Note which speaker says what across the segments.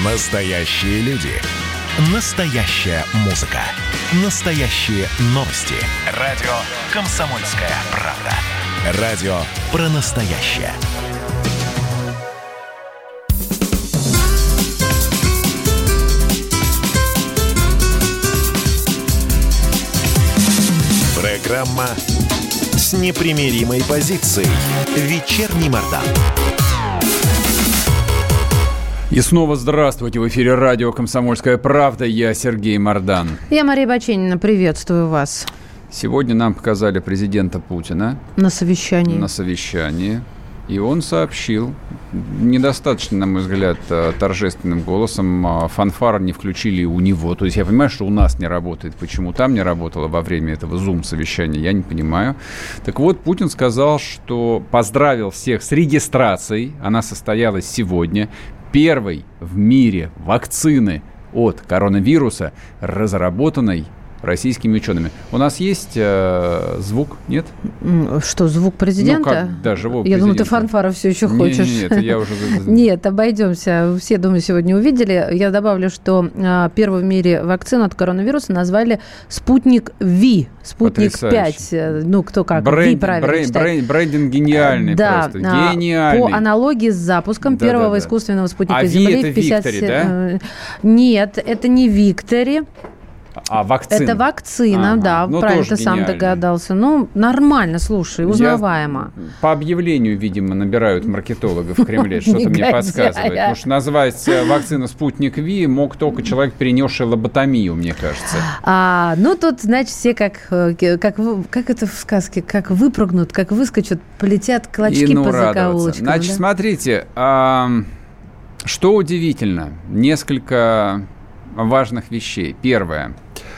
Speaker 1: Настоящие люди. Настоящая музыка. Настоящие новости. Радио «Комсомольская правда». Радио про настоящее. Программа с непримиримой позицией. Вечерний Мордан.
Speaker 2: И снова здравствуйте. В эфире радио «Комсомольская правда». Я Сергей Мордан.
Speaker 3: Я Мария Баченина. Приветствую вас.
Speaker 2: Сегодня нам показали президента Путина.
Speaker 3: На совещании.
Speaker 2: На совещании. И он сообщил, недостаточно, на мой взгляд, торжественным голосом, фанфары не включили у него. То есть я понимаю, что у нас не работает. Почему там не работало во время этого Zoom-совещания, я не понимаю. Так вот, Путин сказал, что поздравил всех с регистрацией. Она состоялась сегодня. Первой в мире вакцины от коронавируса, разработанной российскими учеными. У нас есть звук, нет?
Speaker 3: Что, звук президента?
Speaker 2: Ну, как, да, живого президента.
Speaker 3: Я думаю, ты фанфаров все еще хочешь.
Speaker 2: Нет, я уже...
Speaker 3: Нет, обойдемся. Все, думаю, сегодня увидели. Я добавлю, что первую в мире вакцину от коронавируса назвали «Спутник Ви». «Спутник 5». Ну, кто как. Ви правильно читает.
Speaker 2: Брендинг гениальный просто. Гениальный.
Speaker 3: По аналогии с запуском первого искусственного спутника Земли в 57...
Speaker 2: Да?
Speaker 3: Нет, это не Виктори.
Speaker 2: А, вакцина.
Speaker 3: Это вакцина, да,
Speaker 2: ну,
Speaker 3: правильно, ты сам догадался. Ну, нормально, слушай, узнаваемо.
Speaker 2: По объявлению, видимо, набирают маркетологов в Кремле, что-то мне подсказывает. Потому что назвать вакцину «Спутник Ви» мог только человек, перенесший лоботомию, мне кажется.
Speaker 3: Ну, тут, значит, все как это в сказке, как выпрыгнут, как выскочат, полетят клочки по закоулочкам.
Speaker 2: Значит, смотрите, что удивительно, несколько важных вещей. Первое.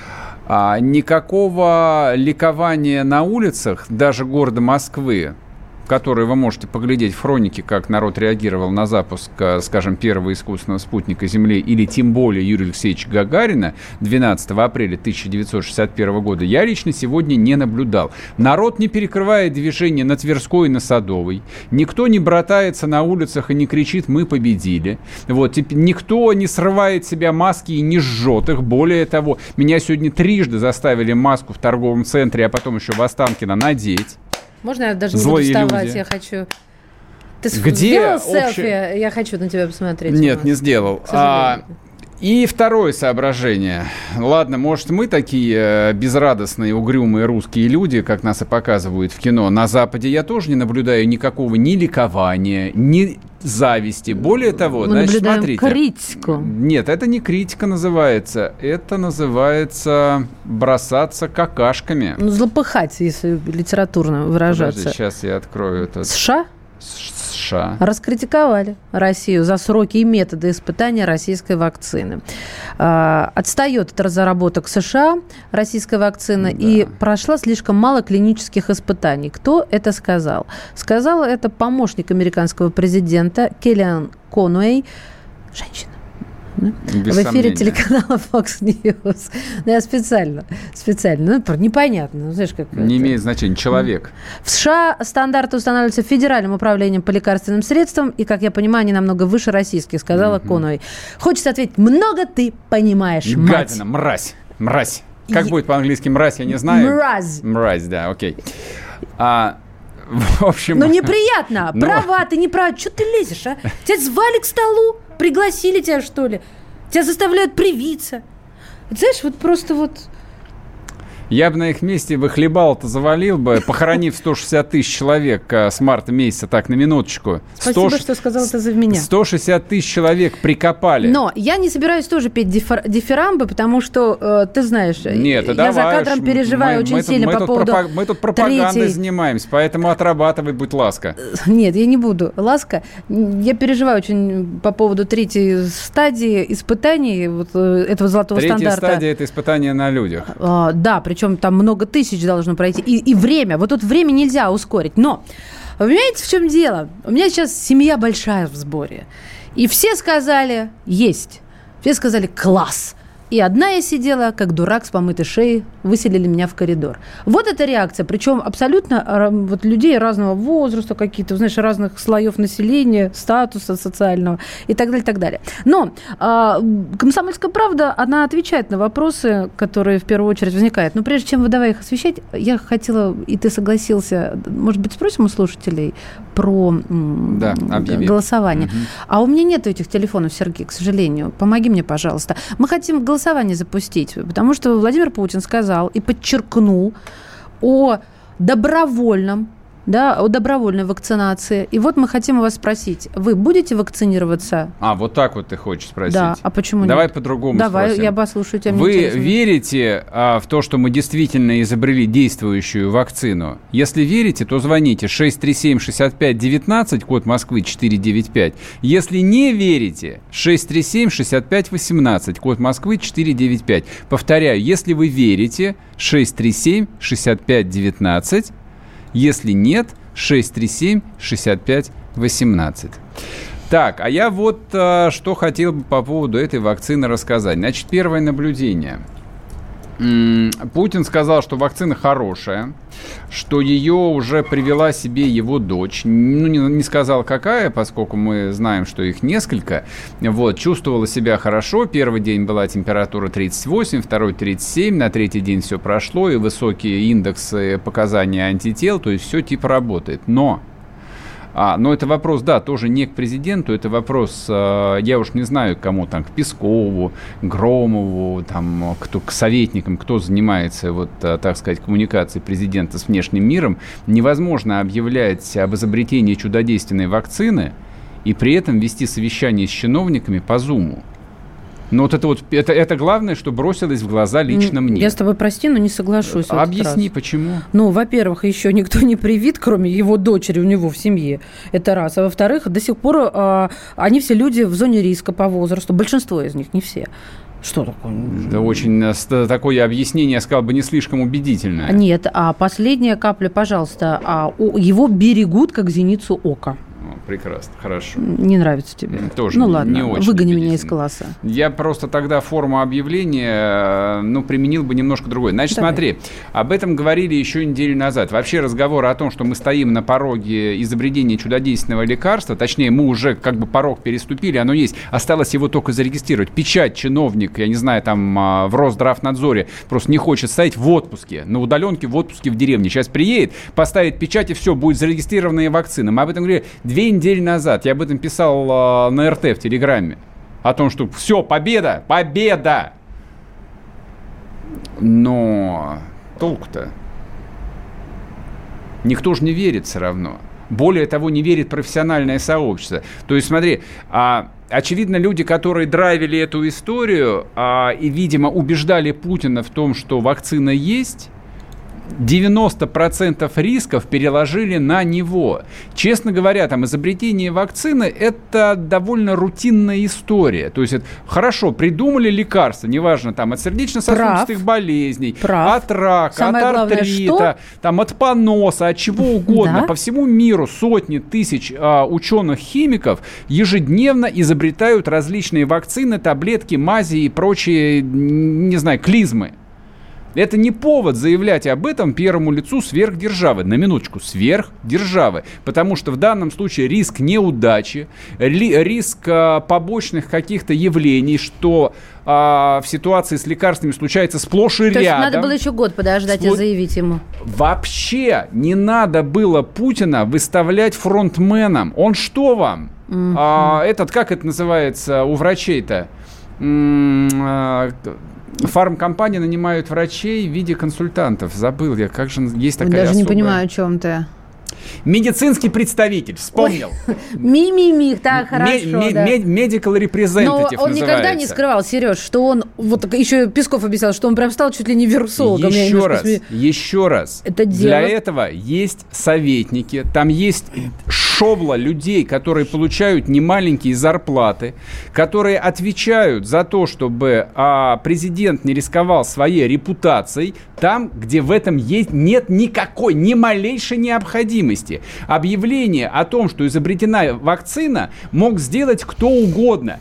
Speaker 2: Никакого ликования на улицах, даже города Москвы, которые вы можете поглядеть в хронике, как народ реагировал на запуск, скажем, первого искусственного спутника Земли, или тем более Юрия Алексеевича Гагарина 12 апреля 1961 года, я лично сегодня не наблюдал. Народ не перекрывает движение на Тверской и на Садовой. Никто не братается на улицах и не кричит «мы победили». Вот, никто не срывает с себя маски и не жжет их. Более того, меня сегодня трижды заставили маску в торговом центре, а потом еще в Останкино надеть.
Speaker 3: Можно я даже не буду вставать? Я хочу... Ты сделал селфи? Я хочу на тебя посмотреть.
Speaker 2: Нет, не сделал. И второе соображение. Ладно, может, мы такие безрадостные, угрюмые русские люди, как нас и показывают в кино. На Западе я тоже не наблюдаю никакого ни ликования, ни зависти. Более того,
Speaker 3: мы
Speaker 2: значит,
Speaker 3: наблюдаем
Speaker 2: смотрите.
Speaker 3: Критику.
Speaker 2: Нет, это не критика называется. Это называется бросаться какашками.
Speaker 3: Ну, злопыхать, если литературно выражаться.
Speaker 2: Подожди, сейчас я открою это.
Speaker 3: США?
Speaker 2: США.
Speaker 3: Раскритиковали Россию за сроки и методы испытания российской вакцины. Отстает от разработок США российская вакцина, и прошла слишком мало клинических испытаний. Кто это сказал? Сказал это помощник американского президента Келлиан Конуэй, женщина.
Speaker 2: Без
Speaker 3: в эфире
Speaker 2: сомнения.
Speaker 3: Телеканала Fox News. Я специально. Непонятно. Знаешь, как
Speaker 2: не имеет значения. Человек.
Speaker 3: В США стандарты устанавливаются Федеральным управлением по лекарственным средствам, и, как я понимаю, они намного выше российских, сказала Конуэй. Хочется ответить: много ты понимаешь, мать.
Speaker 2: Гадина, мразь. Как будет по-английски мразь, я не знаю. Мразь, да, окей. В общем...
Speaker 3: Ну, неприятно. Права, ты не прав. Чего ты лезешь, а? Тебя звали к столу? Пригласили тебя, что ли? Тебя заставляют привиться. Знаешь, вот просто вот...
Speaker 2: Я бы на их месте выхлебал-то завалил бы, похоронив 160 тысяч человек с марта месяца, так, на минуточку.
Speaker 3: Спасибо, что сказал это за меня.
Speaker 2: 160 тысяч человек прикопали.
Speaker 3: Но я не собираюсь тоже петь дифирамбы, потому что, ты знаешь,
Speaker 2: нет,
Speaker 3: я за кадром переживаю очень сильно по поводу
Speaker 2: мы тут пропагандой занимаемся, поэтому отрабатывай, будь ласка.
Speaker 3: Нет, я не буду ласка. Я переживаю очень по поводу третьей стадии испытаний вот этого золотого стандарта.
Speaker 2: Третья стадия – это испытание на людях.
Speaker 3: Да, причем там много тысяч должно пройти. И время. Вот тут время нельзя ускорить. Но, вы понимаете, в чем дело? У меня сейчас семья большая в сборе. И все сказали «есть». Все сказали «класс». И одна я сидела, как дурак с помытой шеей, выселили меня в коридор. Вот эта реакция, причем абсолютно вот людей разного возраста, какие-то, знаешь, разных слоев населения, статуса социального и так далее, так далее. Но «Комсомольская правда», она отвечает на вопросы, которые в первую очередь возникают. Но прежде чем давай их освещать, я хотела, и ты согласился, может быть, спросим у слушателей про голосование. Угу. А у меня нет этих телефонов, Сергей, к сожалению. Помоги мне, пожалуйста. Мы хотим голосование запустить, потому что Владимир Путин сказал и подчеркнул о добровольной вакцинации. И вот мы хотим у вас спросить, вы будете вакцинироваться?
Speaker 2: Вот так вот ты хочешь спросить?
Speaker 3: Да, а почему
Speaker 2: Давай
Speaker 3: нет?
Speaker 2: по-другому
Speaker 3: Давай,
Speaker 2: спросим.
Speaker 3: я послушаю тебя.
Speaker 2: Вы верите в то, что мы действительно изобрели действующую вакцину? Если верите, то звоните 637-65-19, код Москвы 495. Если не верите, 637-65-18, код Москвы 495. Повторяю, если вы верите, 637-65-19. Если нет, 637-65-18. Так, а я вот что хотел бы по поводу этой вакцины рассказать. Значит, первое наблюдение. Путин сказал, что вакцина хорошая, что ее уже привела себе его дочь. Не сказал, какая, поскольку мы знаем, что их несколько. Вот, чувствовала себя хорошо. Первый день была температура 38, второй 37, на третий день все прошло, и высокие индексы показания антител, то есть все типа работает. Но это вопрос, да, тоже не к президенту, это вопрос, я уж не знаю, к кому там, к Пескову, Громову, там, к советникам, кто занимается, вот, так сказать, коммуникацией президента с внешним миром. Невозможно объявлять об изобретении чудодейственной вакцины и при этом вести совещание с чиновниками по Зуму. Но это главное, что бросилось в глаза лично мне.
Speaker 3: Я с тобой, прости, но не соглашусь.
Speaker 2: Объясни, почему?
Speaker 3: Во-первых, еще никто не привит, кроме его дочери у него в семье. Это раз. А во-вторых, до сих пор они все люди в зоне риска по возрасту. Большинство из них, не все. Что такое?
Speaker 2: Это очень такое объяснение, я сказал бы, не слишком убедительное.
Speaker 3: Нет, а последняя капля, пожалуйста, его берегут, как зеницу ока.
Speaker 2: Прекрасно, хорошо.
Speaker 3: Не нравится тебе?
Speaker 2: Тоже
Speaker 3: ладно,
Speaker 2: не очень
Speaker 3: выгони меня из класса.
Speaker 2: Я просто тогда форму объявления, применил бы немножко другой. Значит, Давай. Смотри, об этом говорили еще неделю назад. Вообще разговор о том, что мы стоим на пороге изобретения чудодейственного лекарства, точнее, мы уже как бы порог переступили, оно есть, осталось его только зарегистрировать. Печать чиновник, я не знаю, там в Росздравнадзоре просто не хочет стоять в отпуске, на удаленке, в отпуске в деревне. Сейчас приедет, поставит печать, и все, будет зарегистрированная вакцина. Мы об этом говорили 2 недели назад. Я об этом писал на РТ в Телеграме. О том, что все, победа! Победа! Но толку-то? Никто же не верит все равно. Более того, не верит профессиональное сообщество. То есть, смотри, очевидно, люди, которые драйвили эту историю и, видимо, убеждали Путина в том, что вакцина есть, 90% рисков переложили на него. Честно говоря, там изобретение вакцины – это довольно рутинная история. То есть, это, хорошо, придумали лекарства, неважно, там, от сердечно-сосудистых болезней, от рака, самое от артрита, там, от поноса, от чего угодно. Да? По всему миру сотни тысяч ученых-химиков ежедневно изобретают различные вакцины, таблетки, мази и прочие, не знаю, клизмы. Это не повод заявлять об этом первому лицу сверхдержавы. На минуточку, сверхдержавы. Потому что в данном случае риск неудачи, риск побочных каких-то явлений, что в ситуации с лекарствами случается сплошь и рядом. То есть
Speaker 3: надо было еще год подождать и заявить ему. Вообще не надо было Путина выставлять фронтменом. Он что вам? Как это называется у врачей-то? Фармкомпании нанимают врачей в виде консультантов. Забыл я, как же есть такая особая... Даже не понимаю, о чем ты. Медицинский представитель, вспомнил. Ми-ми-ми, так, хорошо, да. Medical representative называется. Но он никогда не скрывал, Сереж, что он, вот еще Песков объяснял, что он прям стал чуть ли не вирусологом. Еще раз. Для этого есть советники, там есть шобла людей, которые получают немаленькие зарплаты, которые отвечают за то, чтобы президент не рисковал своей репутацией там, где в этом нет никакой, ни малейшей необходимости. Объявление о том, что изобретена вакцина, мог сделать кто угодно.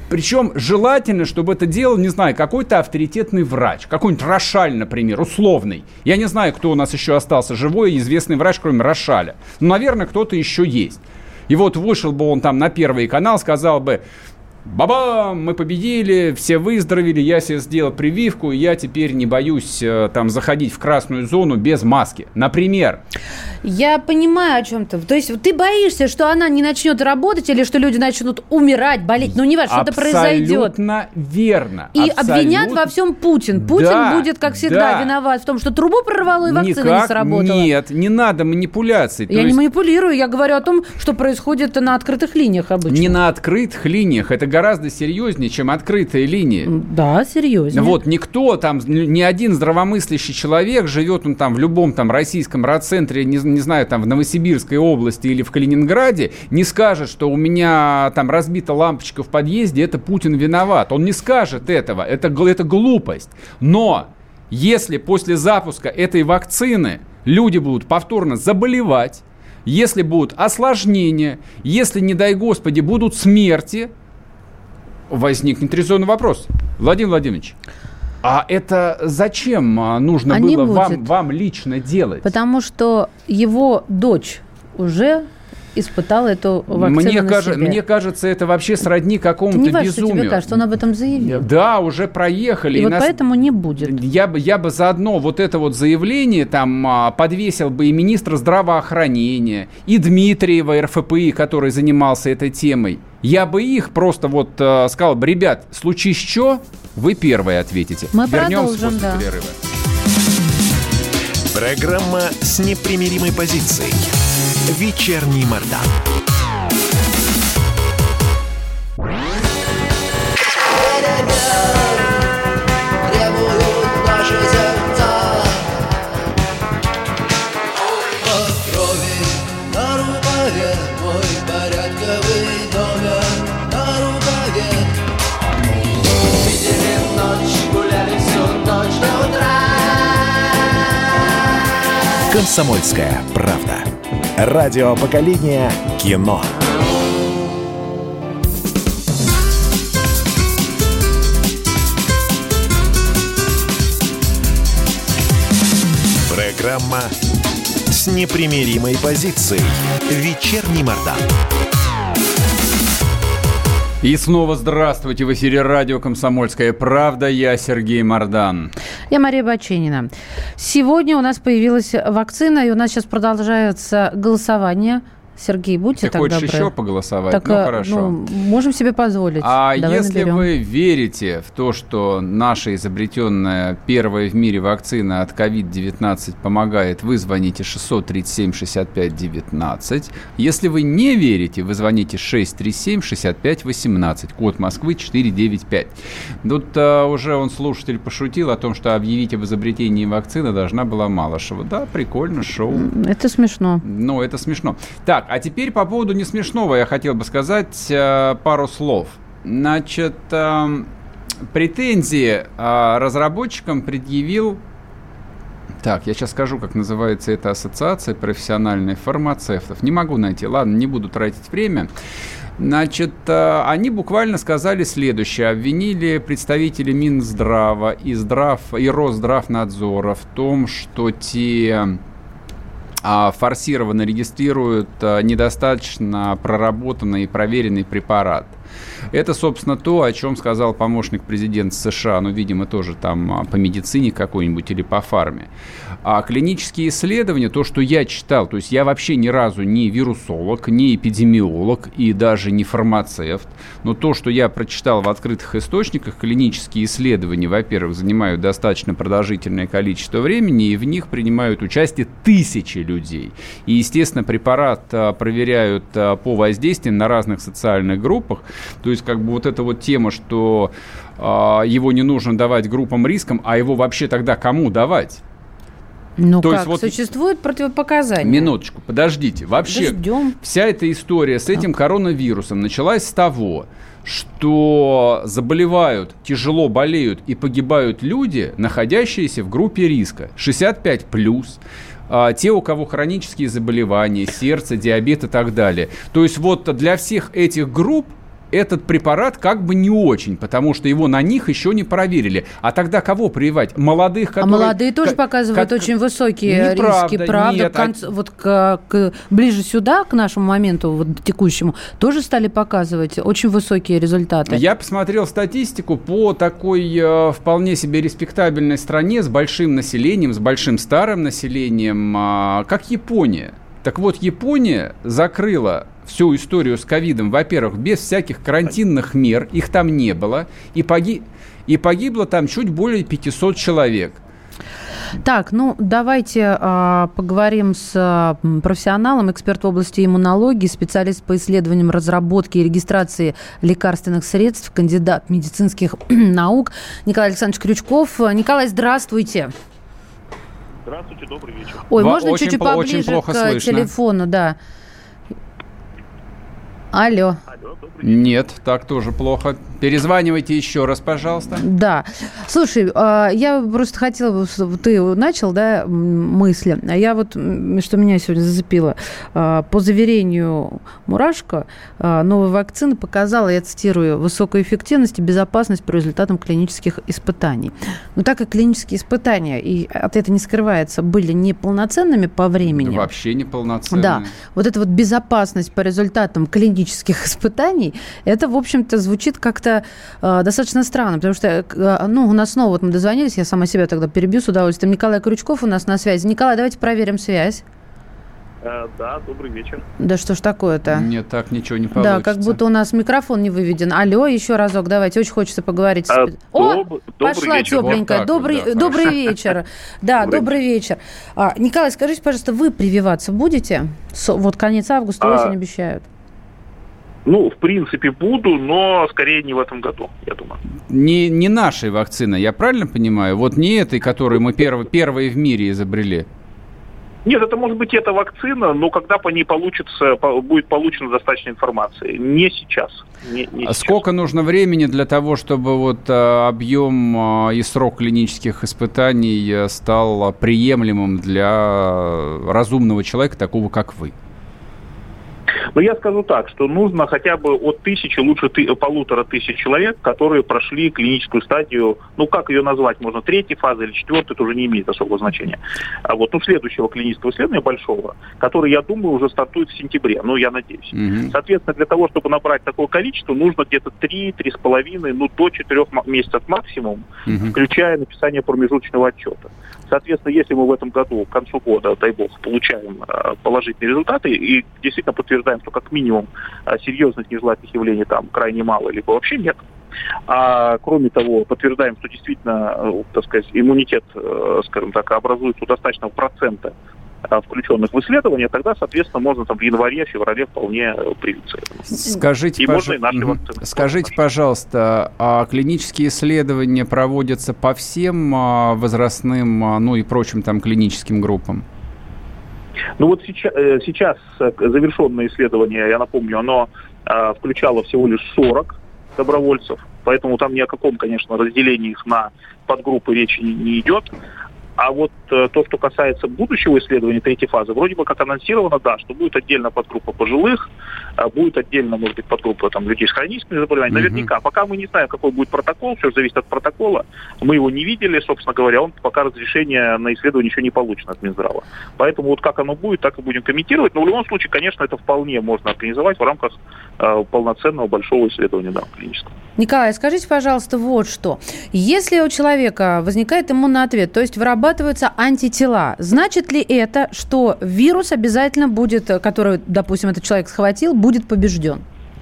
Speaker 2: Причем желательно, чтобы это делал, не знаю, какой-то авторитетный врач, какой-нибудь Рошаль, например, условный. Я не знаю, кто у нас еще остался живой, известный врач, кроме Рошаля. Но, наверное, кто-то еще есть. И вот вышел бы он там на Первый канал, сказал бы: бабам, мы победили, все выздоровели, я себе сделал прививку, и я теперь не боюсь там заходить в красную зону без маски. Например.
Speaker 3: Я понимаю, о чем ты. То есть ты боишься, что она не начнет работать или что люди начнут умирать, болеть. Ну, не важно, что-то произойдет.
Speaker 2: Абсолютно верно.
Speaker 3: И обвинят во всем Путин. Путин будет, как всегда, виноват в том, что трубу прорвало и вакцина не сработала.
Speaker 2: Нет, не надо манипуляций.
Speaker 3: Я не манипулирую, я говорю о том, что происходит на открытых линиях обычно.
Speaker 2: Не на открытых линиях. Это гораздо серьезнее, чем открытые линии.
Speaker 3: Да, серьезнее.
Speaker 2: Вот никто там, ни один здравомыслящий человек, живет он там в любом там российском райцентре, не знаю, там в Новосибирской области или в Калининграде, не скажет, что у меня там разбита лампочка в подъезде, это Путин виноват. Он не скажет этого. Это глупость. Но если после запуска этой вакцины люди будут повторно заболевать, если будут осложнения, если, не дай Господи, будут смерти, возникнет резонный вопрос. Владимир Владимирович, а это зачем нужно было вам лично делать?
Speaker 3: Потому что его дочь уже испытала эту вакцину на себе.
Speaker 2: Мне кажется, это вообще сродни какому-то безумию.
Speaker 3: Не важно, что тебе кажется, он об этом заявил.
Speaker 2: Да, уже проехали.
Speaker 3: И вот поэтому не будет.
Speaker 2: Я бы заодно вот это вот заявление там подвесил бы и министра здравоохранения, и Дмитриева, РФПИ, который занимался этой темой. Я бы их просто вот сказал бы: ребят, случись что, вы первые ответите.
Speaker 3: Мы
Speaker 2: Вернемся
Speaker 3: продолжим,
Speaker 2: после перерыва.
Speaker 1: Программа с непримиримой позицией. Вечерний Мордан. «Комсомольская правда». Радио поколения кино. Программа с непримиримой позицией. Вечерний Мордан.
Speaker 2: И снова здравствуйте. В эфире радио «Комсомольская правда». Я Сергей Мордан.
Speaker 3: Я Мария Баченина. Сегодня у нас появилась вакцина, и у нас сейчас продолжается голосование. Сергей, будьте так добры.
Speaker 2: Ты хочешь еще поголосовать?
Speaker 3: Так,
Speaker 2: хорошо.
Speaker 3: Можем себе позволить.
Speaker 2: А
Speaker 3: давай
Speaker 2: если
Speaker 3: наберем.
Speaker 2: вы верите в то, что наша изобретенная первая в мире вакцина от COVID-19 помогает, вы звоните 637-65-19. Если вы не верите, вы звоните 637-65-18, код Москвы 495. Тут уже слушатель пошутил о том, что объявить об изобретении вакцины должна была Малышева. Да, прикольно, шоу.
Speaker 3: Это смешно.
Speaker 2: Ну, это смешно. Так, а теперь по поводу несмешного я хотел бы сказать пару слов. Значит, претензии разработчикам предъявил... Так, я сейчас скажу, как называется эта ассоциация профессиональных фармацевтов. Не могу найти, ладно, не буду тратить время. Значит, они буквально сказали следующее. Обвинили представителей Минздрава и Росздравнадзора в том, что те... форсированно регистрируют недостаточно проработанный и проверенный препарат. Это, собственно, то, о чем сказал помощник президента США, видимо, тоже там по медицине какой-нибудь или по фарме. А клинические исследования, то, что я читал, то есть я вообще ни разу не вирусолог, не эпидемиолог и даже не фармацевт, но то, что я прочитал в открытых источниках, клинические исследования, во-первых, занимают достаточно продолжительное количество времени, и в них принимают участие тысячи людей. И, естественно, препарат проверяют по воздействиям на разных социальных группах. То есть, вот эта вот тема, что его не нужно давать группам риском, а его вообще тогда кому давать?
Speaker 3: То есть, существуют противопоказания.
Speaker 2: Минуточку, подождите. Вообще, вся эта история с этим коронавирусом началась с того, что заболевают, тяжело болеют и погибают люди, находящиеся в группе риска. 65+. Те, у кого хронические заболевания, сердце, диабет и так далее. То есть, для всех этих групп этот препарат как бы не очень, потому что его на них еще не проверили. А тогда кого прививать? Молодых, которые...
Speaker 3: А молодые тоже показывают очень высокие риски, правда?
Speaker 2: Нет,
Speaker 3: ближе сюда, к нашему моменту вот, текущему, тоже стали показывать очень высокие результаты.
Speaker 2: Я посмотрел статистику по такой вполне себе респектабельной стране с большим населением, с большим старым населением, как Япония. Так вот, Япония закрыла всю историю с ковидом, во-первых, без всяких карантинных мер, их там не было, и погибло там чуть более 500 человек.
Speaker 3: Так, давайте поговорим с профессионалом, эксперт в области иммунологии, специалист по исследованиям, разработке и регистрации лекарственных средств, кандидат медицинских наук Николай Александрович Крючков. Николай, здравствуйте.
Speaker 4: Здравствуйте, добрый вечер.
Speaker 3: Ой, можно чуть-чуть поближе к телефону, да. Алло.
Speaker 2: Нет, так тоже плохо. Перезванивайте еще раз, пожалуйста.
Speaker 3: Да. Слушай, я просто хотела, ты начал, да, мысли, а я вот, что меня сегодня зацепило, по заверению Мурашко, новая вакцина показала, я цитирую, высокую эффективность и безопасность по результатам клинических испытаний. Но так как клинические испытания, и от этого не скрывается, были неполноценными по времени.
Speaker 2: Да, вообще неполноценными. Да.
Speaker 3: Вот эта вот безопасность по результатам клинических испытаний, это, в общем-то, звучит как-то достаточно странно, потому что, у нас снова, вот мы дозвонились, я сама себя тогда перебью с удовольствием. Николай Крючков у нас на связи. Николай, давайте проверим связь.
Speaker 4: Да, добрый вечер.
Speaker 3: Да что ж такое-то?
Speaker 2: Нет, так ничего не получится.
Speaker 3: Да, как будто у нас микрофон не выведен. Алло, еще разок, давайте, очень хочется поговорить. Пошла
Speaker 4: вечер.
Speaker 3: тепленькая.
Speaker 2: Вот
Speaker 3: добрый вечер. Да, добрый вечер. Николай, скажите, пожалуйста, вы прививаться будете? Вот конец августа, осень обещают.
Speaker 4: В принципе, буду, но скорее не в этом году, я думаю.
Speaker 2: Не нашей вакцины, я правильно понимаю? Вот не этой, которую мы первые в мире изобрели.
Speaker 4: Нет, это может быть эта вакцина, но когда по ней будет получена достаточно информации. Не сейчас. Не сейчас.
Speaker 2: Сколько нужно времени для того, чтобы вот объем и срок клинических испытаний стал приемлемым для разумного человека, такого как вы?
Speaker 4: Но я скажу так, что нужно хотя бы от 1000, лучше 1500 человек, которые прошли клиническую стадию, как ее назвать, можно третьей фазы или четвертой, это уже не имеет особого значения. А вот следующего клинического исследования большого, который, я думаю, уже стартует в сентябре, я надеюсь. Mm-hmm. Соответственно, для того, чтобы набрать такое количество, нужно где-то 3-3,5, до 4 месяцев максимум, включая написание промежуточного отчета. Соответственно, если мы в этом году, к концу года, дай бог, получаем положительные результаты и действительно подтверждаем, что как минимум серьезных нежелательных явлений там крайне мало, либо вообще нет. А кроме того, подтверждаем, что действительно, иммунитет, образуется у достаточного процента включенных в исследования, тогда, соответственно, можно в январе-феврале вполне привиться этому.
Speaker 2: Скажите, пожалуйста, а клинические исследования проводятся по всем возрастным, и прочим клиническим группам?
Speaker 4: Сейчас завершенное исследование, я напомню, оно включало всего лишь 40 добровольцев, поэтому там ни о каком, конечно, разделении их на подгруппы речи не идет. А вот то, что касается будущего исследования третьей фазы, вроде бы как анонсировано, да, что будет отдельно подгруппа пожилых, будет отдельно, может быть, подгруппа людей с хроническими заболеваниями. Наверняка. Пока мы не знаем, какой будет протокол, все зависит от протокола. Мы его не видели, собственно говоря, пока разрешение на исследование еще не получено от Минздрава. Поэтому вот как оно будет, так и будем комментировать. Но в любом случае, конечно, это вполне можно организовать в рамках полноценного большого исследования, клинического.
Speaker 3: Николай, скажите, пожалуйста, вот что. Если у человека возникает иммунный ответ, то есть вырабатываются антитела, значит ли это, что вирус обязательно будет, который, допустим, этот человек схватил, будет побежден?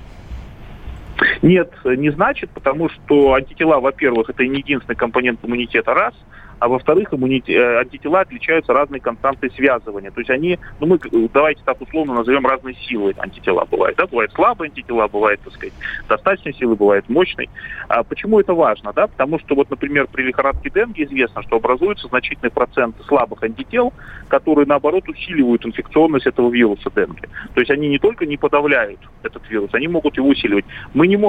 Speaker 4: Нет, не значит, потому что антитела, во-первых, это не единственный компонент иммунитета, раз, а во-вторых, антитела отличаются разной константой связывания. То есть они, мы давайте так условно назовем разные силы антитела бывают. Да? Бывают слабые антитела, бывает, достаточной силы, бывает мощной. А почему это важно? Да? Потому что, например, при лихорадке Денге известно, что образуется значительный процент слабых антител, которые, наоборот, усиливают инфекционность этого вируса Денге. То есть они не только не подавляют этот вирус, они могут его усиливать. Мы не можем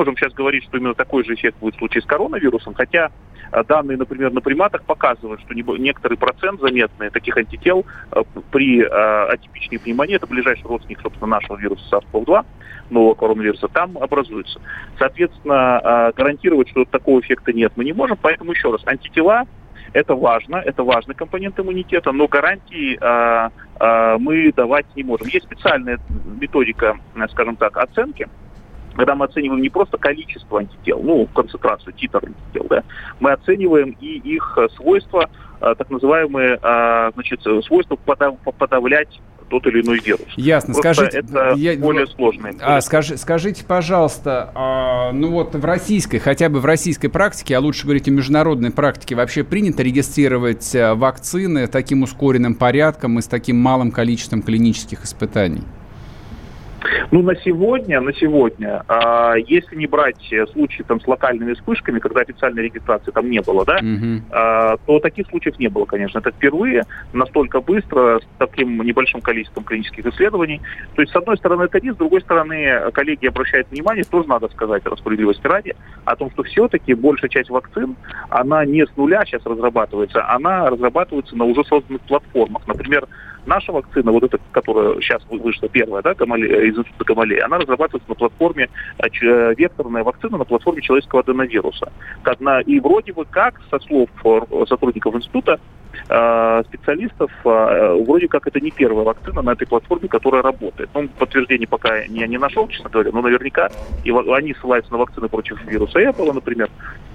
Speaker 4: можем сейчас говорить, что именно такой же эффект будет в случае с коронавирусом, хотя данные, например, на приматах показывают, что некоторый процент заметный таких антител при атипичной пневмонии, это ближайший родственник, собственно, нашего вируса SARS-CoV-2, нового коронавируса, там образуется. Соответственно, гарантировать, что такого эффекта нет, мы не можем, поэтому еще раз, антитела это важно, это важный компонент иммунитета, но гарантии мы давать не можем. Есть специальная методика, скажем так, оценки, когда мы оцениваем не просто количество антител, концентрацию, титр антител, да, мы оцениваем и их свойства, так называемые, свойства подавлять тот или иной вирус.
Speaker 2: Ясно.
Speaker 4: Просто
Speaker 2: Скажите,
Speaker 4: это более сложное.
Speaker 2: Скажите, пожалуйста, хотя бы в российской практике, а лучше говорить о международной практике, вообще принято регистрировать вакцины таким ускоренным порядком и с таким малым количеством клинических испытаний?
Speaker 4: На сегодня, если не брать случаи с локальными вспышками, когда официальной регистрации там не было, да, то таких случаев не было, конечно. Это впервые настолько быстро, с таким небольшим количеством клинических исследований. То есть, с одной стороны, это риск, с другой стороны, коллеги обращают внимание, тоже надо сказать, справедливости ради, о том, что все-таки большая часть вакцин, она не с нуля сейчас разрабатывается, она разрабатывается на уже созданных платформах. Например, наша вакцина, вот эта, которая сейчас вышла первая, да, из института Гамалеи, она разрабатывается на платформе, векторная вакцина на платформе человеческого аденовируса. И вроде бы как, со слов сотрудников института, специалистов, вроде как это не первая вакцина на этой платформе, которая работает. Подтверждений пока я не нашел, честно говоря, но наверняка они ссылаются на вакцины против вируса Эбола, например,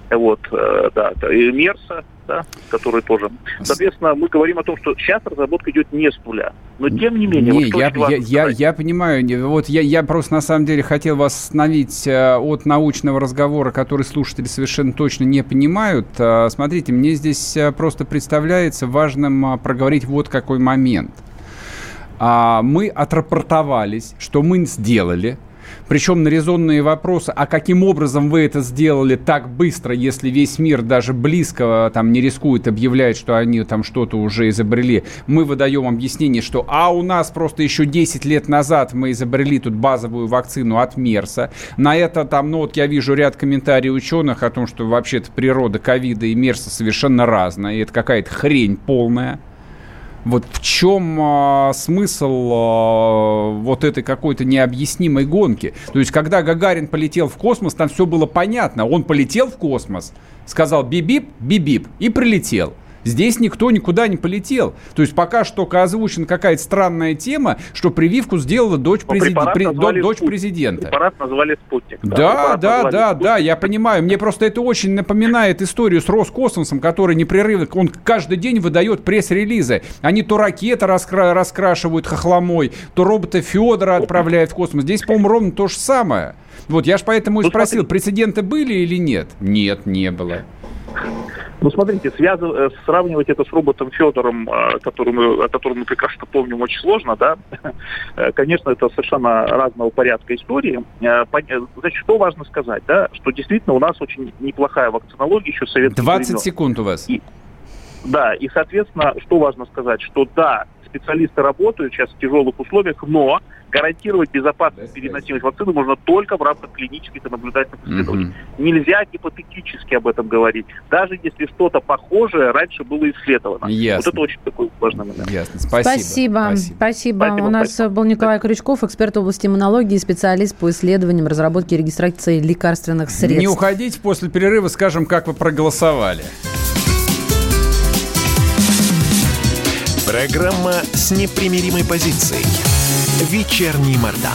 Speaker 4: и Мерса, да, который тоже. Соответственно, мы говорим о том, что сейчас разработка идет не с нуля. Но тем не менее...
Speaker 2: Я понимаю. Вот я просто на самом деле хотел вас остановить от научного разговора, который слушатели совершенно точно не понимают. Смотрите, мне здесь просто представляется важным проговорить вот какой момент. Мы отрапортовались, что мы сделали. Причем на резонные вопросы, а каким образом вы это сделали так быстро, если весь мир даже близко не рискует объявлять, что они что-то уже изобрели, мы выдаем объяснение, что у нас просто еще 10 лет назад мы изобрели тут базовую вакцину от Мерса. На это я вижу ряд комментариев ученых о том, что вообще-то природа ковида и Мерса совершенно разная, и это какая-то хрень полная. Вот в чем смысл вот этой какой-то необъяснимой гонки? То есть, когда Гагарин полетел в космос, там все было понятно. Он полетел в космос, сказал бип-бип, бип-бип и прилетел. Здесь никто никуда не полетел. То есть пока что только озвучена какая-то странная тема, что прививку сделала дочь президента.
Speaker 4: Препарат назвали «Спутник».
Speaker 2: Да, я понимаю. Мне просто это очень напоминает историю с Роскосмосом, который непрерывно, он каждый день выдает пресс-релизы. Они то ракеты раскрашивают хохломой, то робота Федора отправляют в космос. Здесь, по-моему, ровно то же самое. Вот я же поэтому и спросил, прецеденты были или нет? Нет, не было.
Speaker 4: Смотрите, сравнивать это с роботом Федором, о котором мы прекрасно помним, очень сложно, да. Конечно, это совершенно разного порядка истории. Значит, что важно сказать, да, что действительно у нас очень неплохая вакцинология еще советских времен.
Speaker 2: 20 секунд у вас.
Speaker 4: И, соответственно, что важно сказать, что да, специалисты работают сейчас в тяжелых условиях, но гарантировать безопасность переносимость вакцины можно только в рамках клинических и наблюдательных исследований. Нельзя гипотетически об этом говорить, даже если что-то похожее раньше было исследовано.
Speaker 2: Ясно.
Speaker 4: Вот это очень такой важный момент.
Speaker 2: Ясно.
Speaker 3: Спасибо. У нас был Николай Крючков, эксперт в области иммунологии, специалист по исследованиям, разработке и регистрации лекарственных средств.
Speaker 2: Не уходите, после перерыва скажем, как вы проголосовали.
Speaker 1: Программа с непримиримой позицией. Вечерний Мордан.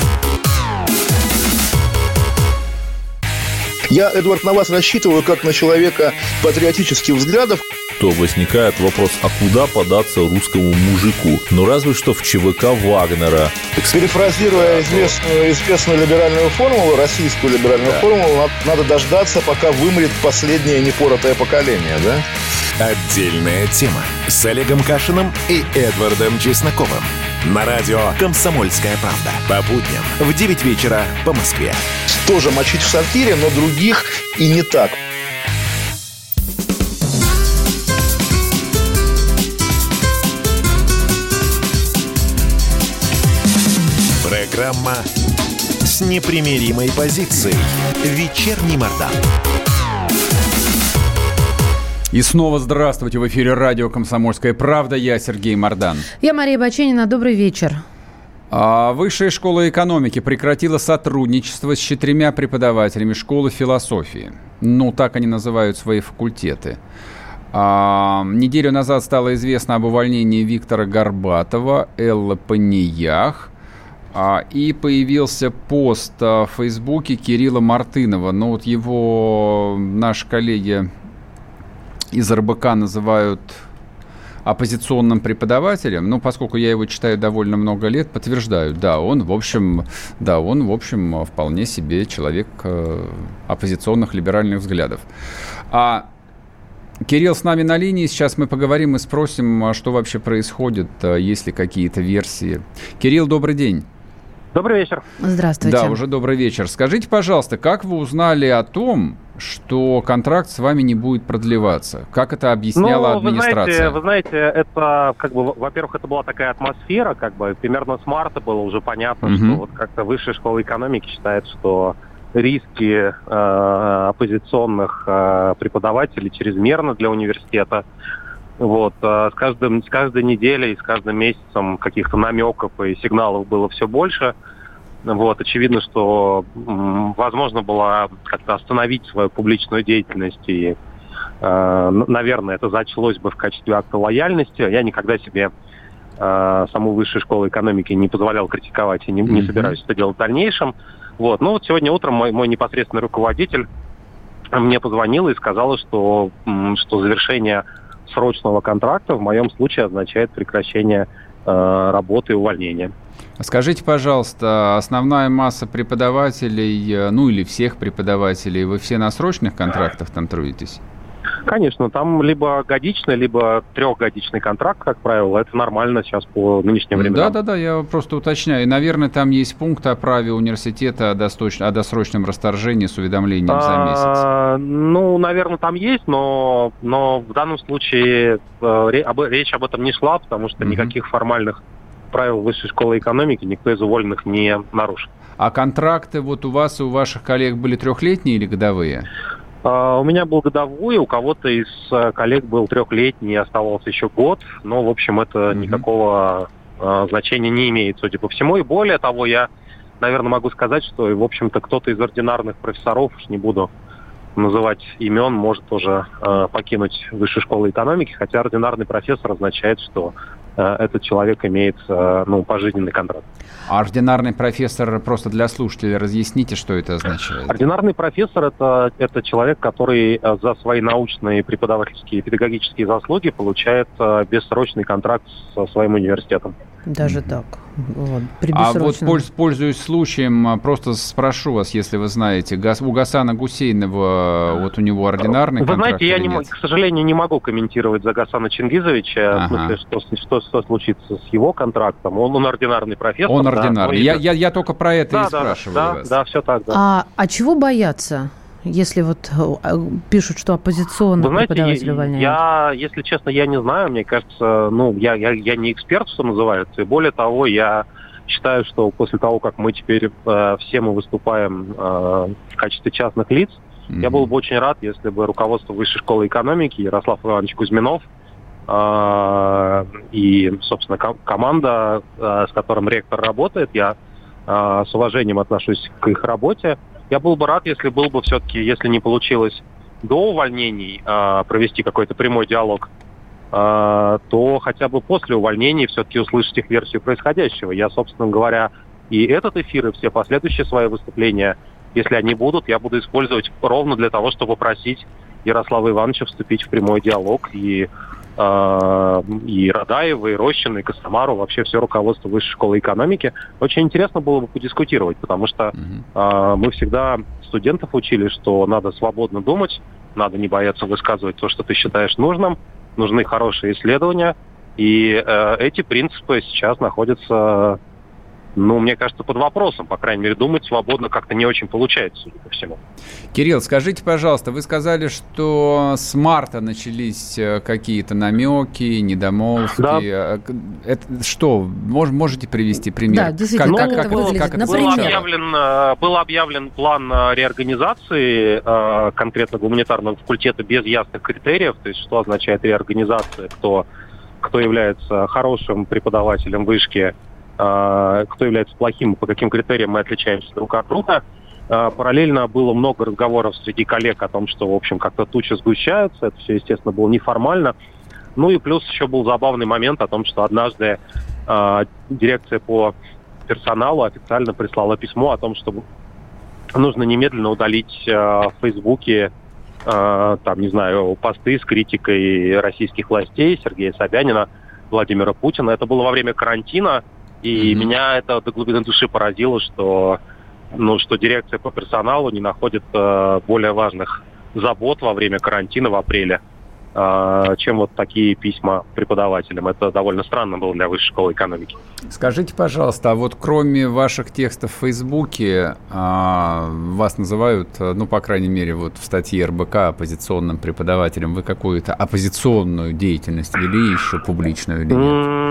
Speaker 5: Я, Эдвард, на вас рассчитываю как на человека патриотических взглядов.
Speaker 6: То возникает вопрос, а куда податься русскому мужику? Ну, разве что в ЧВК Вагнера.
Speaker 5: Перефразируя известную либеральную формулу, российскую либеральную формулу, надо дождаться, пока вымрет последнее непоротое поколение, да?
Speaker 1: Отдельная тема с Олегом Кашиным и Эдвардом Чесноковым. На радио «Комсомольская правда». По будням в 9 вечера по Москве.
Speaker 5: Тоже мочить в сортире, но других и не так.
Speaker 1: Программа с непримиримой позицией. Вечерний Мардан.
Speaker 2: И снова здравствуйте. В эфире радио «Комсомольская правда». Я Сергей Мардан.
Speaker 3: Я Мария Баченина. Добрый вечер.
Speaker 2: Высшая школа экономики прекратила сотрудничество с 4 преподавателями школы философии. Ну, так они называют свои факультеты. Неделю назад стало известно об увольнении Виктора Горбатова, Эллы Паниях. И появился пост в Фейсбуке Кирилла Мартынова. Но вот его наши коллеги из РБК называют оппозиционным преподавателем, но поскольку я его читаю довольно много лет, подтверждаю, он, в общем, вполне себе человек оппозиционных либеральных взглядов. Кирилл с нами на линии, сейчас мы поговорим и спросим, что вообще происходит, есть ли какие-то версии. Кирилл, добрый день.
Speaker 7: Добрый вечер.
Speaker 3: Здравствуйте.
Speaker 2: Да, уже добрый вечер. Скажите, пожалуйста, как вы узнали о том, что контракт с вами не будет продлеваться? Как это объясняла администрация?
Speaker 7: Вы знаете, это, во-первых, это была такая атмосфера, примерно с марта было уже понятно, что вот как-то Высшая школа экономики считает, что риски оппозиционных преподавателей чрезмерны для университета. С каждой неделей, с каждым месяцем каких-то намеков и сигналов было все больше. Очевидно, что возможно было как-то остановить свою публичную деятельность, и, наверное, это зачлось бы в качестве акта лояльности. Я никогда себе саму Высшую школу экономики не позволял критиковать и не собираюсь это делать в дальнейшем. Но сегодня утром мой непосредственный руководитель мне позвонил и сказал, что завершение срочного контракта в моем случае означает прекращение работы и увольнение.
Speaker 2: Скажите, пожалуйста, основная масса преподавателей, или всех преподавателей, вы все на срочных контрактах там трудитесь?
Speaker 7: Конечно, там либо годичный, либо трехгодичный контракт, как правило. Это нормально сейчас по нынешним временам.
Speaker 2: Да, я просто уточняю. И, наверное, там есть пункт о праве университета о досрочном расторжении с уведомлением за месяц.
Speaker 7: Наверное, там есть, но в данном случае речь об этом не шла, потому что никаких формальных правил Высшей школы экономики никто из уволенных не нарушил.
Speaker 2: А контракты у вас и у ваших коллег были трехлетние или годовые?
Speaker 7: У меня был годовой, у кого-то из коллег был трехлетний, оставался еще год, но, в общем, это никакого значения не имеет, судя по всему. И более того, я, наверное, могу сказать, что, в общем-то, кто-то из ординарных профессоров, уж не буду называть имен, может тоже покинуть Высшую школу экономики, хотя ординарный профессор означает, что этот человек имеет пожизненный контракт.
Speaker 2: А ординарный профессор, просто для слушателей разъясните, что это означает?
Speaker 7: Ординарный профессор это человек, который за свои научные, преподавательские и педагогические заслуги получает бессрочный контракт со своим университетом.
Speaker 3: Даже так.
Speaker 2: Пользуясь случаем, просто спрошу вас, если вы знаете, у Гасана Гусейнова, у него ординарный контракт?
Speaker 7: Вы знаете, я, к сожалению, не могу комментировать за Гасана Чингизовича, в смысле, что случится с его контрактом. Он ординарный профессор.
Speaker 2: Он ординарный. Я только про это и спрашиваю вас.
Speaker 7: Да, все так, да.
Speaker 3: А чего бояться? Если пишут, что оппозиционный преподаватель увольняют?
Speaker 7: Если честно, я не знаю. Мне кажется, я не эксперт, что называется. И более того, я считаю, что после того, как мы теперь все мы выступаем в качестве частных лиц, я был бы очень рад, если бы руководство Высшей школы экономики, Ярослав Иванович Кузьминов и, собственно, команда, с которым ректор работает, я с уважением отношусь к их работе. Я был бы рад, если все-таки, если не получилось до увольнений провести какой-то прямой диалог, то хотя бы после увольнений все-таки услышать их версию происходящего. Я, собственно говоря, и этот эфир, и все последующие свои выступления, если они будут, я буду использовать ровно для того, чтобы просить Ярослава Ивановича вступить в прямой диалог и Радаева, и Рощина, и Костомару, вообще все руководство Высшей школы экономики. Очень интересно было бы подискутировать, потому что мы всегда студентов учили, что надо свободно думать, надо не бояться высказывать то, что ты считаешь нужным, нужны хорошие исследования, и эти принципы сейчас находятся мне кажется, под вопросом. По крайней мере, думать свободно как-то не очень получается, судя по всему.
Speaker 2: Кирилл, скажите, пожалуйста, вы сказали, что с марта начались какие-то намеки, недомолвки. Да. Это что? Можете привести пример?
Speaker 3: Да, действительно, как это выглядит? Например?
Speaker 7: Был объявлен план реорганизации конкретно гуманитарного факультета без ясных критериев. То есть, что означает реорганизация, кто является хорошим преподавателем вышки, кто является плохим, по каким критериям мы отличаемся друг от друга. Параллельно было много разговоров среди коллег о том, что, в общем, как-то тучи сгущаются. Это все, естественно, было неформально. Ну и плюс еще был забавный момент о том, что однажды дирекция по персоналу официально прислала письмо о том, что нужно немедленно удалить в Фейсбуке посты с критикой российских властей Сергея Собянина, Владимира Путина. Это было во время карантина. И меня это до глубины души поразило, что дирекция по персоналу не находит более важных забот во время карантина в апреле, чем вот такие письма преподавателям. Это довольно странно было для Высшей школы экономики.
Speaker 2: Скажите, пожалуйста, а вот кроме ваших текстов в Фейсбуке, вас называют, по крайней мере, вот в статье РБК оппозиционным преподавателем. Вы какую-то оппозиционную деятельность вели еще публичную или нет?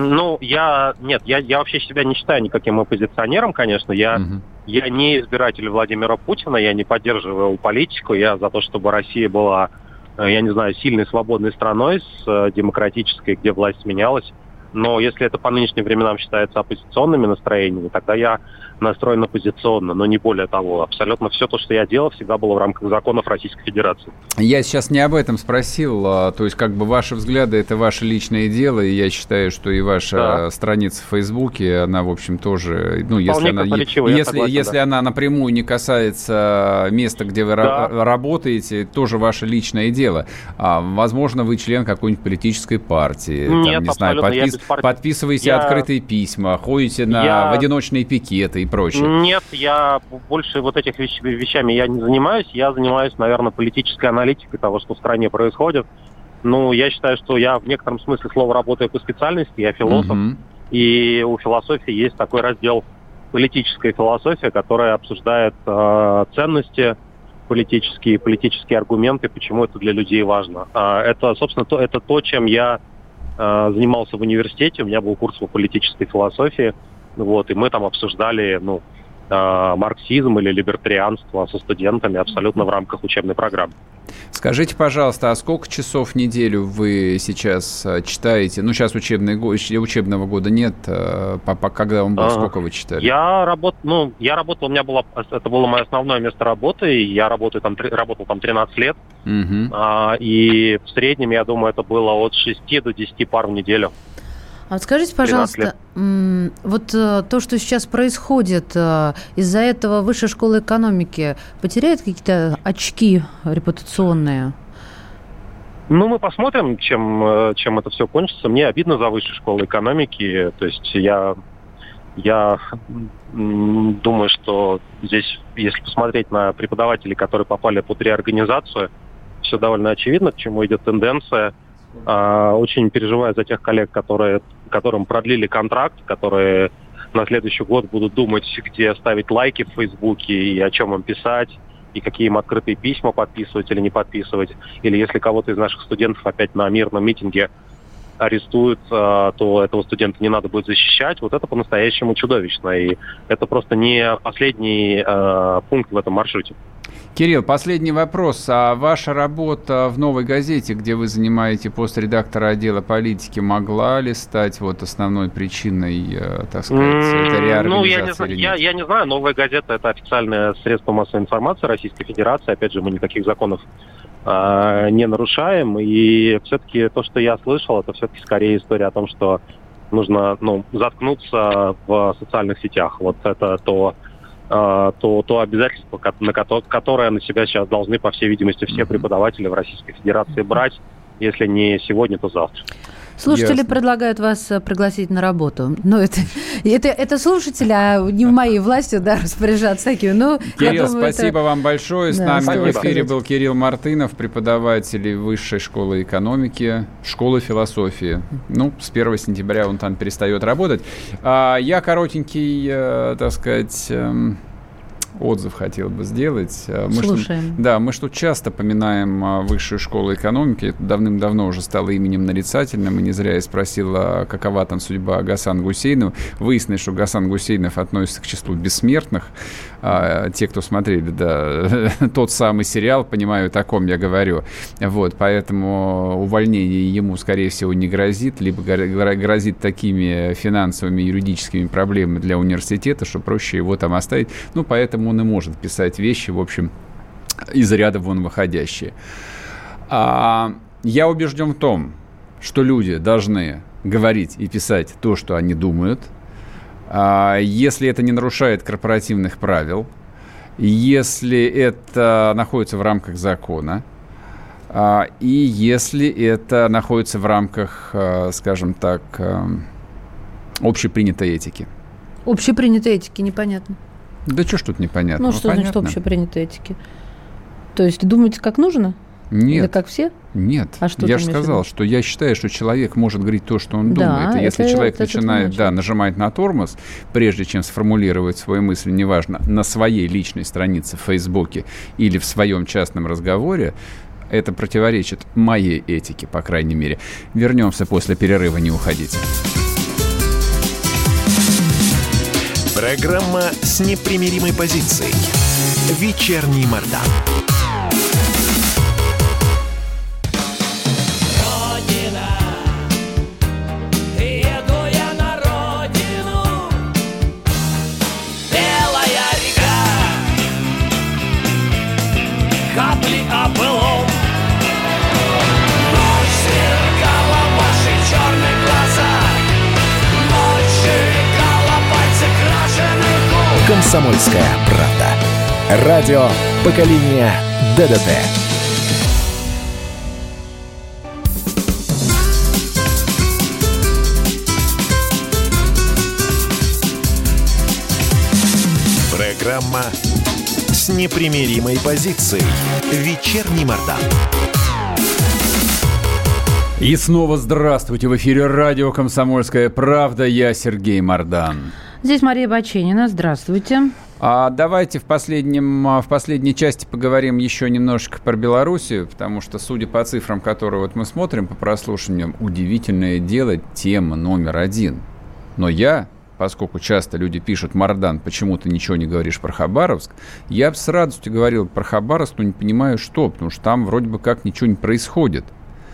Speaker 7: Я вообще себя не считаю никаким оппозиционером, конечно. Я не избиратель Владимира Путина, я не поддерживаю политику. Я за то, чтобы Россия была, сильной, свободной страной, с демократической, где власть менялась. Но если это по нынешним временам считается оппозиционными настроениями, тогда я настроен оппозиционно, но не более того. Абсолютно все то, что я делал, всегда было в рамках законов Российской Федерации.
Speaker 2: Я сейчас не об этом спросил. То есть, ваши взгляды – это ваше личное дело, и я считаю, что и ваша страница в Фейсбуке, она, в общем, тоже… Если она напрямую не касается места, где вы работаете, тоже ваше личное дело. Возможно, вы член какой-нибудь политической партии.
Speaker 7: Нет,
Speaker 2: подписываете открытые письма, ходите в одиночные пикеты и прочее.
Speaker 7: Нет, я больше вот этих вещами я не занимаюсь. Я занимаюсь, наверное, политической аналитикой того, что в стране происходит. Я считаю, что я в некотором смысле слова работаю по специальности, я философ. И у философии есть такой раздел политическая философия, которая обсуждает ценности политические аргументы, почему это для людей важно. Это, собственно, то, чем я занимался в университете. У меня был курс по политической философии. И мы там обсуждали марксизм или либертарианство со студентами абсолютно в рамках учебной программы.
Speaker 2: Скажите, пожалуйста, а сколько часов в неделю вы сейчас читаете? Сейчас учебного года нет. Когда он был, сколько вы читали?
Speaker 7: Я работал, это было мое основное место работы, и я работал там 13 лет. И в среднем, я думаю, это было от 6 до 10 пар в неделю.
Speaker 3: А вот скажите, пожалуйста, то, что сейчас происходит, из-за этого Высшая школа экономики потеряет какие-то очки репутационные?
Speaker 7: Мы посмотрим, чем это все кончится. Мне обидно за Высшую школу экономики. То есть я думаю, что здесь, если посмотреть на преподавателей, которые попали под реорганизацию, все довольно очевидно, к чему идет тенденция. Очень переживаю за тех коллег, которым продлили контракт, которые на следующий год будут думать, где ставить лайки в Фейсбуке и о чем им писать, и какие им открытые письма подписывать или не подписывать. Или если кого-то из наших студентов опять на мирном митинге арестуют, то этого студента не надо будет защищать. Вот это по-настоящему чудовищно. И это просто не последний пункт в этом маршруте.
Speaker 2: Кирилл, последний вопрос. А ваша работа в «Новой газете», где вы занимаете пост редактора отдела политики, могла ли стать основной причиной, так сказать, этой реорганизации?
Speaker 7: Я не знаю. «Новая газета» — это официальное средство массовой информации Российской Федерации. Опять же, мы никаких законов не нарушаем. И все-таки то, что я слышал, это все-таки скорее история о том, что нужно заткнуться в социальных сетях. Вот это то обязательство, которое на себя сейчас должны, по всей видимости, все преподаватели в Российской Федерации брать, если не сегодня, то завтра.
Speaker 3: Слушатели предлагают вас пригласить на работу. Но это слушатели, а не в моей власти, да, распоряжаться такими. Ну,
Speaker 2: Кирилл, спасибо вам большое. С нами в эфире был Кирилл Мартынов, преподаватель Высшей школы экономики, школы философии. Ну, с 1 сентября он там перестает работать. Я коротенький, так сказать... отзыв хотел бы сделать.
Speaker 3: Слушаем.
Speaker 2: Мы что часто поминаем Высшую школу экономики. Это давным-давно уже стало именем нарицательным. И не зря я спросил, какова там судьба Гасан Гусейнова. Выяснилось, что Гасан Гусейнов относится к числу бессмертных. Те, кто смотрели, тот самый сериал, понимают, о ком я говорю. Вот, поэтому увольнение ему, скорее всего, не грозит, либо грозит такими финансовыми, юридическими проблемами для университета, что проще его там оставить. Ну, поэтому он и может писать вещи, в общем, из ряда вон выходящие. Я убежден в том, что люди должны говорить и писать то, что они думают, если это не нарушает корпоративных правил, если это находится в рамках закона, и если это находится в рамках, скажем так, общепринятой этики.
Speaker 3: Общепринятой этики непонятно.
Speaker 2: Да что ж тут непонятно?
Speaker 3: Ну, что значит общепринятой этики? То есть думаете, как нужно?
Speaker 2: Нет.
Speaker 3: Или как все?
Speaker 2: Нет.
Speaker 3: А что
Speaker 2: я же сказал, что я считаю, что человек может говорить то, что он думает. И если человек начинает нажимать на тормоз, прежде чем сформулировать свою мысль, неважно, на своей личной странице в Фейсбуке или в своем частном разговоре, это противоречит моей этике, по крайней мере. Вернемся после перерыва, не уходите.
Speaker 1: Программа с непримиримой позицией. Вечерний Мордан. «Комсомольская правда». Радио поколения ДДТ. Программа с непримиримой позицией. Вечерний Мордан.
Speaker 2: И снова здравствуйте. В эфире радио «Комсомольская правда». Я Сергей Мордан.
Speaker 3: Здесь Мария Баченина. Здравствуйте.
Speaker 2: Давайте в последней части поговорим еще немножечко про Белоруссию, потому что, судя по цифрам, которые вот мы смотрим по прослушиваниям, удивительное дело, тема номер один. Но поскольку часто люди пишут: «Мордан, почему ты ничего не говоришь про Хабаровск?», я бы с радостью говорил про Хабаровск, но не понимаю, что, потому что там вроде бы как ничего не происходит.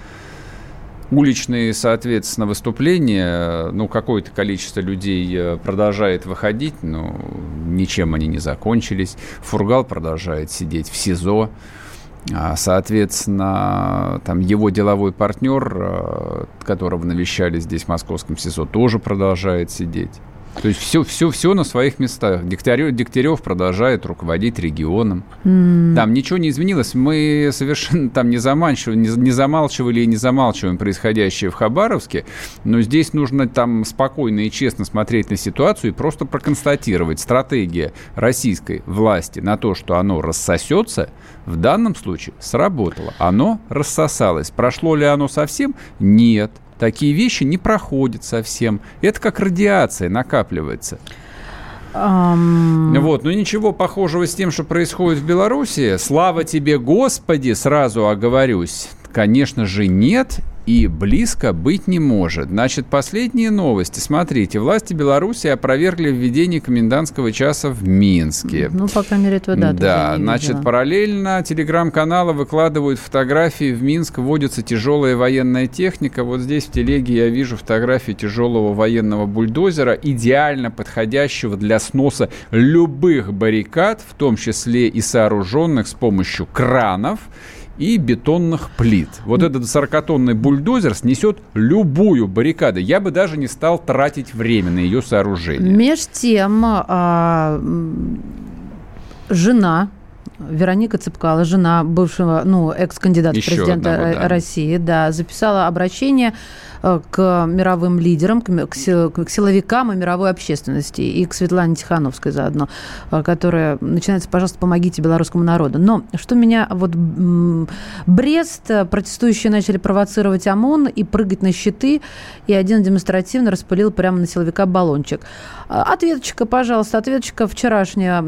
Speaker 2: Уличные, соответственно, выступления, какое-то количество людей продолжает выходить, но ничем они не закончились. Фургал продолжает сидеть в СИЗО. Соответственно, там его деловой партнер, которого навещали здесь в московском СИЗО, тоже продолжает сидеть. То есть все на своих местах. Дегтярев продолжает руководить регионом. Там ничего не изменилось. Мы совершенно там не замалчивали и не замалчиваем происходящее в Хабаровске. Но здесь нужно там спокойно и честно смотреть на ситуацию и просто проконстатировать: стратегия российской власти на то, что оно рассосется, в данном случае сработала. Оно рассосалось. Прошло ли оно совсем? Нет. Такие вещи не проходят совсем. Это как радиация накапливается. Но ничего похожего с тем, что происходит в Беларуси, слава тебе, Господи, сразу оговорюсь, конечно же, нет и близко быть не может. Значит, последние новости. Смотрите, власти Беларуси опровергли введение комендантского часа в Минске.
Speaker 3: По крайней мере, этого дату.
Speaker 2: Да, значит, параллельно телеграм-каналы выкладывают фотографии. В Минск вводится тяжелая военная техника. Вот здесь в телеге я вижу фотографии тяжелого военного бульдозера, идеально подходящего для сноса любых баррикад, в том числе и сооруженных с помощью кранов и бетонных плит. Вот этот 40-тонный бульдозер снесет любую баррикаду. Я бы даже не стал тратить время на ее сооружение.
Speaker 3: Меж тем, жена Вероника Цепкало, жена бывшего, экс-кандидата в президента России, записала обращение к мировым лидерам, к силовикам и мировой общественности, и к Светлане Тихановской заодно, которая начинается «Пожалуйста, помогите белорусскому народу». Но что меня... Брест, протестующие начали провоцировать ОМОН и прыгать на щиты, и один демонстративно распылил прямо на силовика баллончик. Ответочка, пожалуйста, ответочка вчерашняя.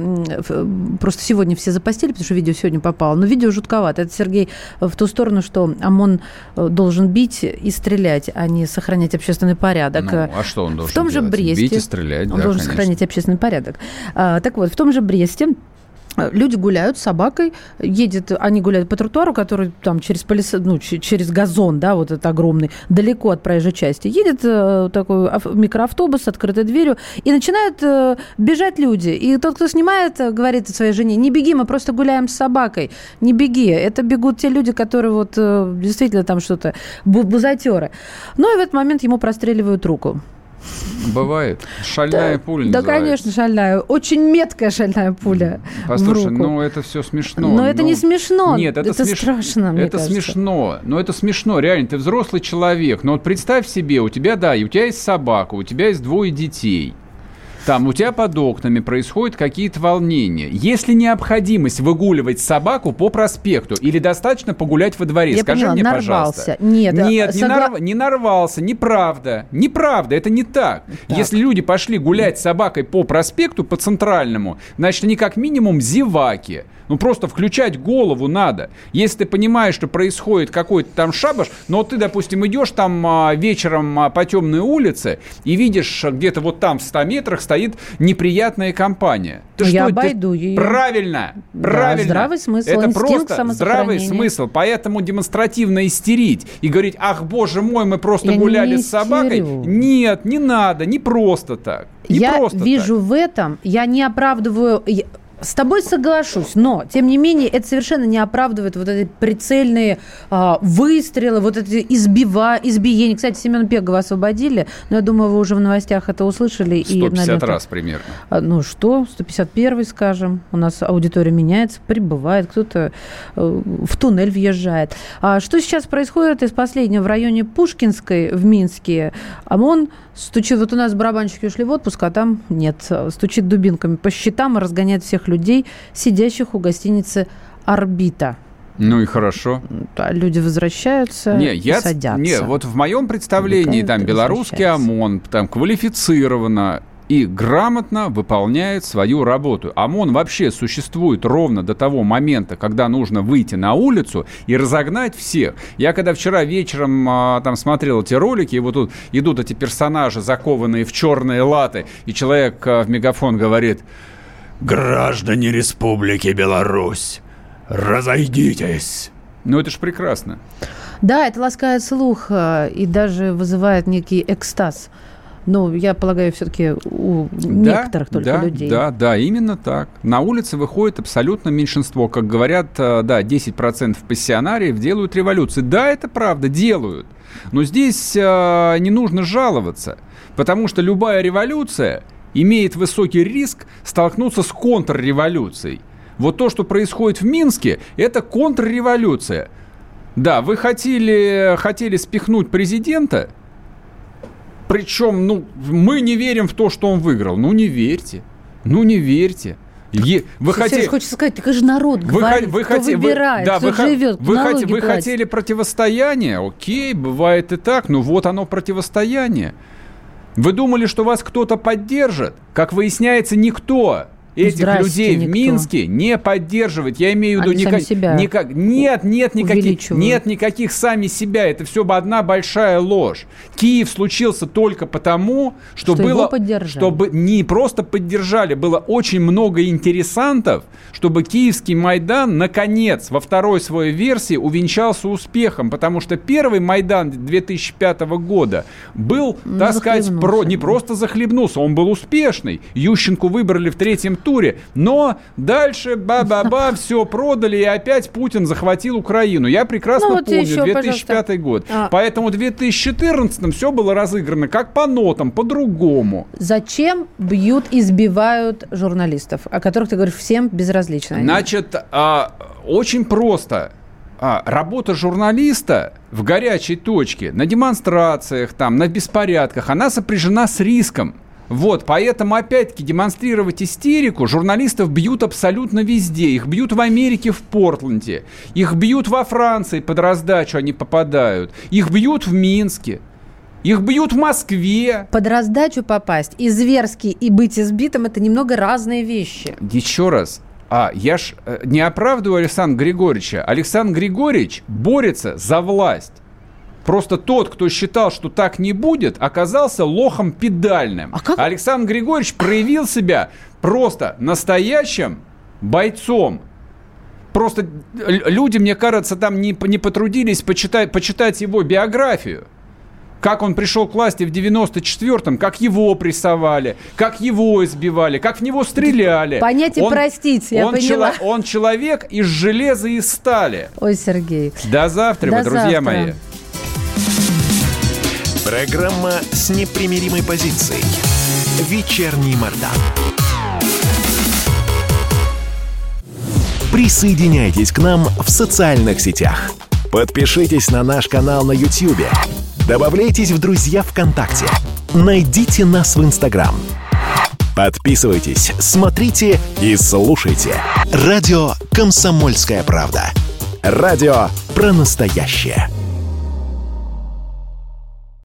Speaker 3: Просто сегодня все запостили, потому что видео сегодня попало. Но видео жутковато. Это, Сергей, в ту сторону, что ОМОН должен бить и стрелять, а не сохранять общественный порядок.
Speaker 2: А что он должен
Speaker 3: делать? В том же Бресте.
Speaker 2: Бить и стрелять,
Speaker 3: он должен сохранять общественный порядок. Так вот, в том же Бресте люди гуляют с собакой, они гуляют по тротуару, который там через через газон, вот этот огромный, далеко от проезжей части. Едет такой микроавтобус с открытой дверью, и начинают бежать люди. И тот, кто снимает, говорит своей жене: не беги, мы просто гуляем с собакой, не беги. Это бегут те люди, которые действительно там что-то, бузатеры. Ну и в этот момент ему простреливают руку.
Speaker 2: Бывает. Шальная пуля называется.
Speaker 3: Да, конечно, шальная. Очень меткая шальная пуля.
Speaker 2: Послушай, это все смешно.
Speaker 3: Но это не смешно.
Speaker 2: Нет, это страшно, мне кажется. Это смешно. Но это смешно. Реально, ты взрослый человек. Но представь себе, у тебя есть собака, у тебя есть 2 детей. Там у тебя под окнами происходят какие-то волнения. Есть ли необходимость выгуливать собаку по проспекту или достаточно погулять во дворе? Скажи мне, пожалуйста.
Speaker 3: Нет,
Speaker 2: не нарвался. Неправда. Это не так. Если люди пошли гулять с собакой по проспекту, по центральному, значит, они как минимум зеваки. Просто включать голову надо. Если ты понимаешь, что происходит какой-то там шабаш, но ты, допустим, идешь там вечером по темной улице и видишь, где-то там в 100 метрах стоит неприятная компания.
Speaker 3: Я обойду ее.
Speaker 2: Правильно.
Speaker 3: Здравый смысл,
Speaker 2: это
Speaker 3: инстинкт
Speaker 2: просто здравый смысл. Поэтому демонстративно истерить и говорить: ах, боже мой, мы просто гуляли с собакой. Нет, не надо, не просто так.
Speaker 3: Я вижу в этом, я не оправдываю... С тобой соглашусь, но, тем не менее, это совершенно не оправдывает эти прицельные выстрелы, эти избиения. Кстати, Семена Пегова освободили, но я думаю, вы уже в новостях это услышали.
Speaker 2: 150 раз примерно.
Speaker 3: 151-й, скажем. У нас аудитория меняется, прибывает, кто-то в туннель въезжает. Что сейчас происходит из последнего в районе Пушкинской в Минске? ОМОН стучит, у нас барабанщики ушли в отпуск, а там нет. Стучит дубинками по щитам и разгоняет всех людей, сидящих у гостиницы «Орбита».
Speaker 2: Ну и хорошо.
Speaker 3: Люди возвращаются и садятся.
Speaker 2: В моем представлении там белорусский ОМОН там квалифицированно и грамотно выполняет свою работу. ОМОН вообще существует ровно до того момента, когда нужно выйти на улицу и разогнать всех. Я когда вчера вечером там смотрел эти ролики, и тут идут эти персонажи, закованные в черные латы, и человек в мегафон говорит: «Граждане Республики Беларусь, разойдитесь». Это ж прекрасно.
Speaker 3: Да, это ласкает слух и даже вызывает некий экстаз. Я полагаю, все-таки у некоторых только людей.
Speaker 2: Да, именно так. На улице выходит абсолютно меньшинство. Как говорят, 10% пассионариев делают революции. Да, это правда, делают. Но здесь не нужно жаловаться, потому что любая революция имеет высокий риск столкнуться с контрреволюцией. То, что происходит в Минске, это контрреволюция. Да, вы хотели спихнуть президента, причем, мы не верим в то, что он выиграл. Не верьте. Не верьте.
Speaker 3: Хочется сказать, так же народ говорит, кто выбирает, кто живет,
Speaker 2: вы хотели противостояния? Окей, бывает и так, оно противостояние. Вы думали, что вас кто-то поддержит? Как выясняется, никто этих людей в Минске не поддерживает. Я имею в виду нет никаких сами себя. Это все одна большая ложь. Киев случился только потому, что не просто поддержали, было очень много интересантов, чтобы киевский Майдан наконец во второй своей версии увенчался успехом, потому что первый Майдан 2005 года был, так сказать, не просто захлебнулся, он был успешный. Ющенку выбрали в 3-м туре. диктатуре. Но дальше ба-ба-ба, все продали, и опять Путин захватил Украину. Я прекрасно помню,
Speaker 3: еще,
Speaker 2: 2005 год. Поэтому в 2014 все было разыграно как по нотам, по-другому.
Speaker 3: Зачем бьют, избивают журналистов, о которых ты говоришь, всем безразлично?
Speaker 2: Значит, очень просто. Работа журналиста в горячей точке, на демонстрациях, там, на беспорядках, она сопряжена с риском. Вот, поэтому, опять-таки, демонстрировать истерику журналистов бьют абсолютно везде. Их бьют в Америке, в Портленде. Их бьют во Франции, под раздачу они попадают. Их бьют в Минске. Их бьют в Москве.
Speaker 3: Под раздачу попасть и зверски, и быть избитым – это немного разные вещи.
Speaker 2: Еще раз. Я ж не оправдываю Александра Григорьевича. Александр Григорьевич борется за власть. Просто тот, кто считал, что так не будет, оказался лохом педальным. Александр Григорьевич проявил себя просто настоящим бойцом. Просто люди, мне кажется, там не потрудились почитать его биографию. Как он пришел к власти в 94-м, как его прессовали, как его избивали, как в него стреляли.
Speaker 3: Понять и простить, я поняла.
Speaker 2: Он человек из железа и стали.
Speaker 3: Ой, Сергей.
Speaker 2: До завтра, друзья мои.
Speaker 1: Программа с непримиримой позицией. Вечерний Мордан. Присоединяйтесь к нам в социальных сетях. Подпишитесь на наш канал на YouTube. Добавляйтесь в друзья ВКонтакте. Найдите нас в Инстаграм. Подписывайтесь, смотрите и слушайте. Радио «Комсомольская правда». Радио про настоящее.